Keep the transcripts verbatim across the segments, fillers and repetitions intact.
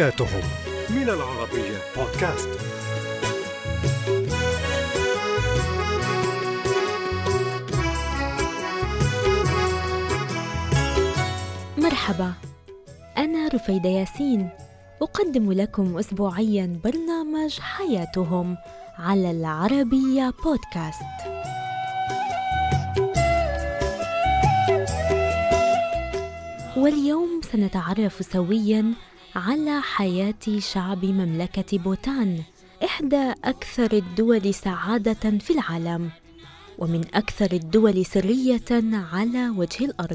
حياتهم من العربية بودكاست. مرحبا، أنا رفيدة ياسين، أقدم لكم أسبوعياً برنامج حياتهم على العربية بودكاست. واليوم سنتعرف سوياً على حياة شعب مملكة بوتان، إحدى أكثر الدول سعادة في العالم ومن أكثر الدول سرية على وجه الأرض.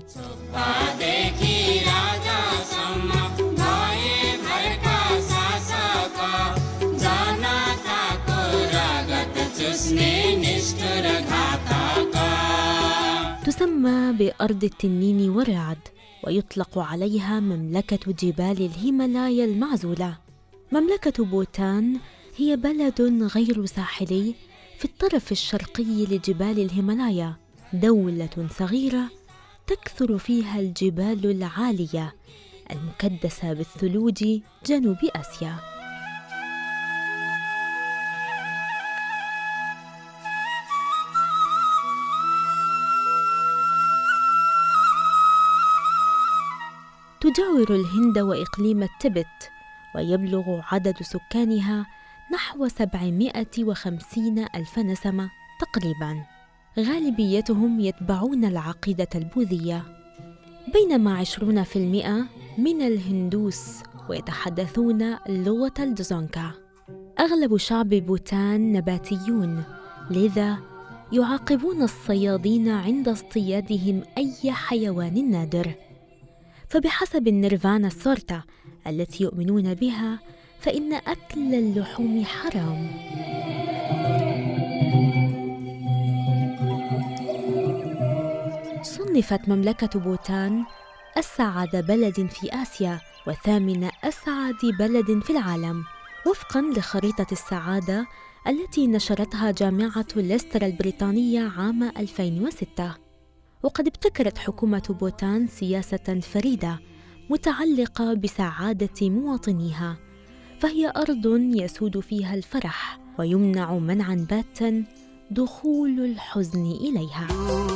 تسمى بأرض التنين والرعد، ويطلق عليها مملكة جبال الهيمالايا المعزولة. مملكة بوتان هي بلد غير ساحلي في الطرف الشرقي لجبال الهيمالايا، دولة صغيرة تكثر فيها الجبال العالية المكدسة بالثلوج جنوب آسيا. تجاور الهند وإقليم التبت، ويبلغ عدد سكانها نحو سبعمائة وخمسين ألف نسمة تقريباً. غالبيتهم يتبعون العقيدة البوذية، بينما عشرون في المئة من الهندوس ويتحدثون لغة الدزونكا. أغلب شعب بوتان نباتيون، لذا يعاقبون الصيادين عند اصطيادهم أي حيوان نادر. فبحسب النيرفانا السورتا التي يؤمنون بها، فإن أكل اللحوم حرام. صنفت مملكة بوتان أسعد بلد في آسيا وثامن أسعد بلد في العالم، وفقاً لخريطة السعادة التي نشرتها جامعة ليستر البريطانية عام ألفين وستة. وقد ابتكرت حكومة بوتان سياسة فريدة متعلقة بسعادة مواطنيها، فهي أرض يسود فيها الفرح ويمنع منعاً باتا دخول الحزن إليها.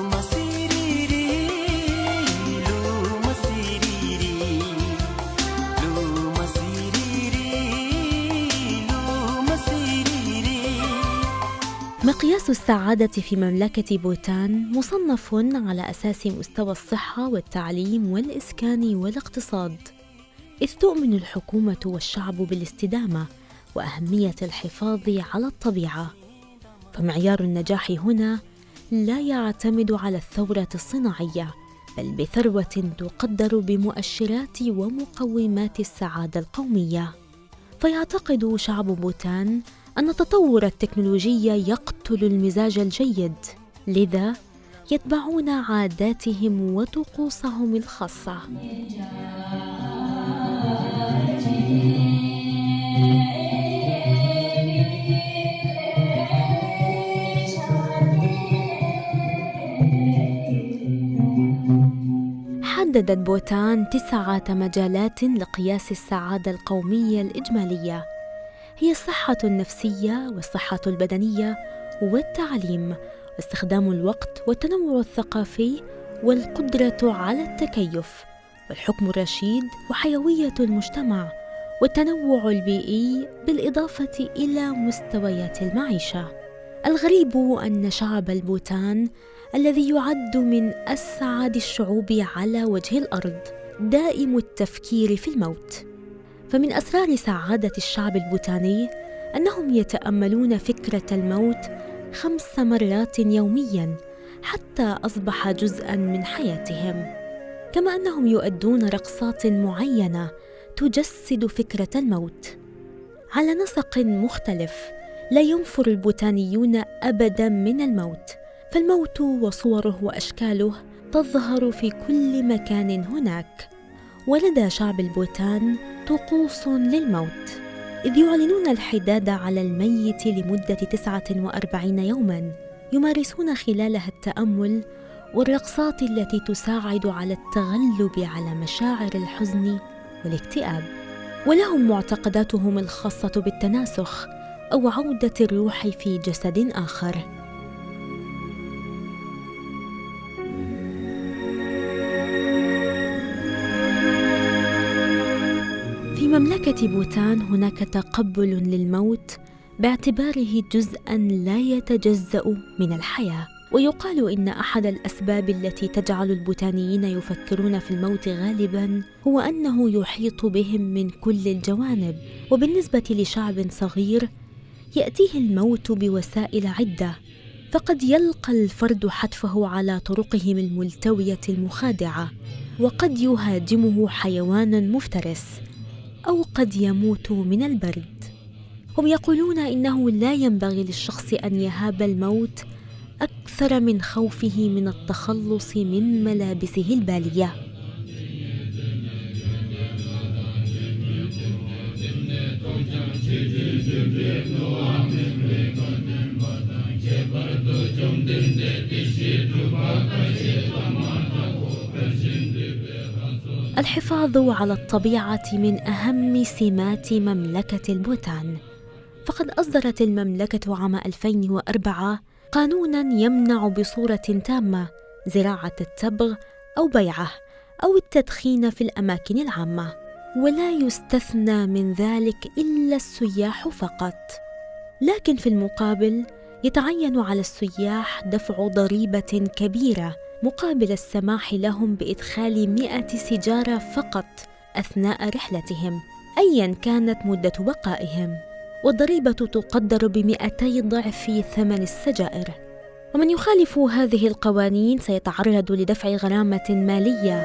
مقياس السعادة في مملكة بوتان مصنف على أساس مستوى الصحة والتعليم والإسكان والاقتصاد، إذ تؤمن الحكومة والشعب بالاستدامة وأهمية الحفاظ على الطبيعة. فمعيار النجاح هنا لا يعتمد على الثورة الصناعية، بل بثروة تقدر بمؤشرات ومقومات السعادة القومية. فيعتقد شعب بوتان أن التطور التكنولوجي يقتل المزاج الجيد، لذا يتبعون عاداتهم وطقوسهم الخاصة. حددت بوتان تسعة مجالات لقياس السعادة القومية الإجمالية، هي الصحة النفسية والصحة البدنية والتعليم واستخدام الوقت والتنوع الثقافي والقدرة على التكيف والحكم الرشيد وحيوية المجتمع والتنوع البيئي، بالإضافة إلى مستويات المعيشة. الغريب أن شعب البوتان الذي يعد من أسعد الشعوب على وجه الأرض دائم التفكير في الموت. فمن أسرار سعادة الشعب البوتاني أنهم يتأملون فكرة الموت خمس مرات يومياً حتى أصبح جزءاً من حياتهم، كما أنهم يؤدون رقصات معينة تجسد فكرة الموت. على نسق مختلف، لا ينفر البوتانيون أبداً من الموت، فالموت وصوره وأشكاله تظهر في كل مكان هناك. ولدى شعب البوتان طقوس للموت، إذ يعلنون الحداد على الميت لمدة تسعة وأربعين يوماً، يمارسون خلالها التأمل والرقصات التي تساعد على التغلب على مشاعر الحزن والاكتئاب. ولهم معتقداتهم الخاصة بالتناسخ أو عودة الروح في جسد آخر. في مملكة بوتان هناك تقبل للموت باعتباره جزءاً لا يتجزأ من الحياة، ويقال إن أحد الأسباب التي تجعل البوتانيين يفكرون في الموت غالباً هو أنه يحيط بهم من كل الجوانب، وبالنسبة لشعب صغير يأتيه الموت بوسائل عدة، فقد يلقى الفرد حتفه على طرقهم الملتوية المخادعة، وقد يهاجمه حيوان مفترس، أو قد يموت من البرد. هم يقولون إنه لا ينبغي للشخص أن يهاب الموت أكثر من خوفه من التخلص من ملابسه البالية. الحفاظ على الطبيعة من أهم سمات مملكة البوتان، فقد أصدرت المملكة عام ألفين وأربعة قانوناً يمنع بصورة تامة زراعة التبغ أو بيعه أو التدخين في الأماكن العامة، ولا يستثنى من ذلك إلا السياح فقط. لكن في المقابل يتعين على السياح دفع ضريبة كبيرة مقابل السماح لهم بإدخال مئة سيجارة فقط أثناء رحلتهم أياً كانت مدة بقائهم، والضريبة تقدر بمئتي ضعف ثمن السجائر. ومن يخالف هذه القوانين سيتعرض لدفع غرامة مالية.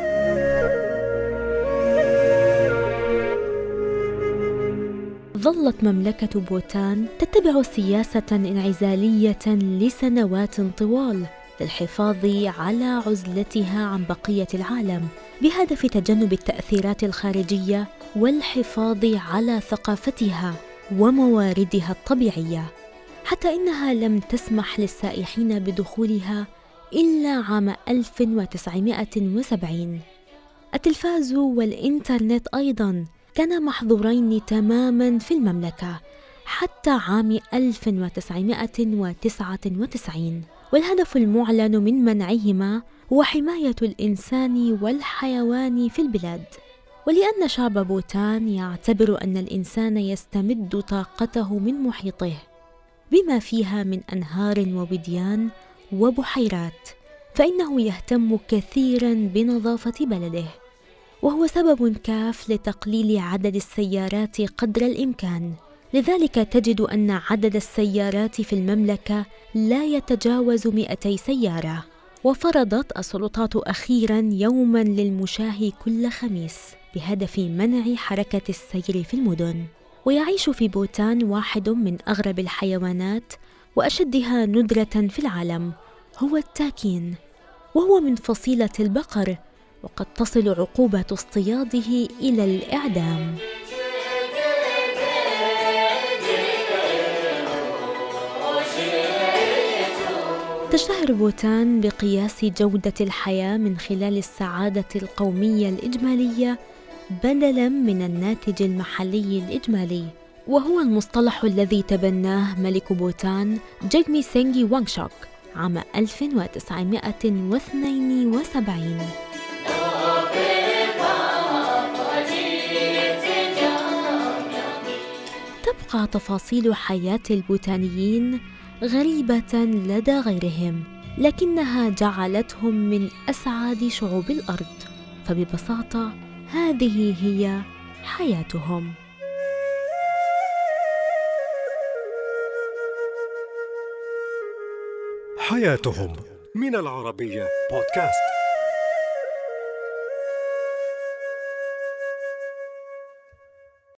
ظلت مملكة بوتان تتبع سياسة انعزالية لسنوات طوال للحفاظ على عزلتها عن بقية العالم بهدف تجنب التأثيرات الخارجية والحفاظ على ثقافتها ومواردها الطبيعية، حتى إنها لم تسمح للسائحين بدخولها إلا عام ألف وتسعمائة وسبعين. التلفاز والإنترنت أيضاً كانا محظورين تماماً في المملكة حتى عام ألف وتسعمائة وتسعة وتسعين، والهدف المعلن من منعهما هو حماية الإنسان والحيوان في البلاد. ولأن شعب بوتان يعتبر أن الإنسان يستمد طاقته من محيطه بما فيها من أنهار ووديان وبحيرات، فإنه يهتم كثيراً بنظافة بلده، وهو سبب كاف لتقليل عدد السيارات قدر الإمكان. لذلك تجد أن عدد السيارات في المملكة لا يتجاوز مئتي سيارة. وفرضت السلطات أخيراً يوماً للمشاة كل خميس بهدف منع حركة السير في المدن. ويعيش في بوتان واحد من أغرب الحيوانات وأشدها ندرة في العالم، هو التاكين، وهو من فصيلة البقر، وقد تصل عقوبة اصطياده إلى الإعدام. تشتهر بوتان بقياس جودة الحياة من خلال السعادة القومية الإجمالية بدلاً من الناتج المحلي الإجمالي، وهو المصطلح الذي تبناه ملك بوتان جيغمي سينغي وانغشوك عام ألف وتسعمائة واثنين وسبعين. تبقى تفاصيل حياة البوتانيين غريبة لدى غيرهم، لكنها جعلتهم من أسعد شعوب الأرض، فببساطة هذه هي حياتهم. حياتهم من العربية بودكاست.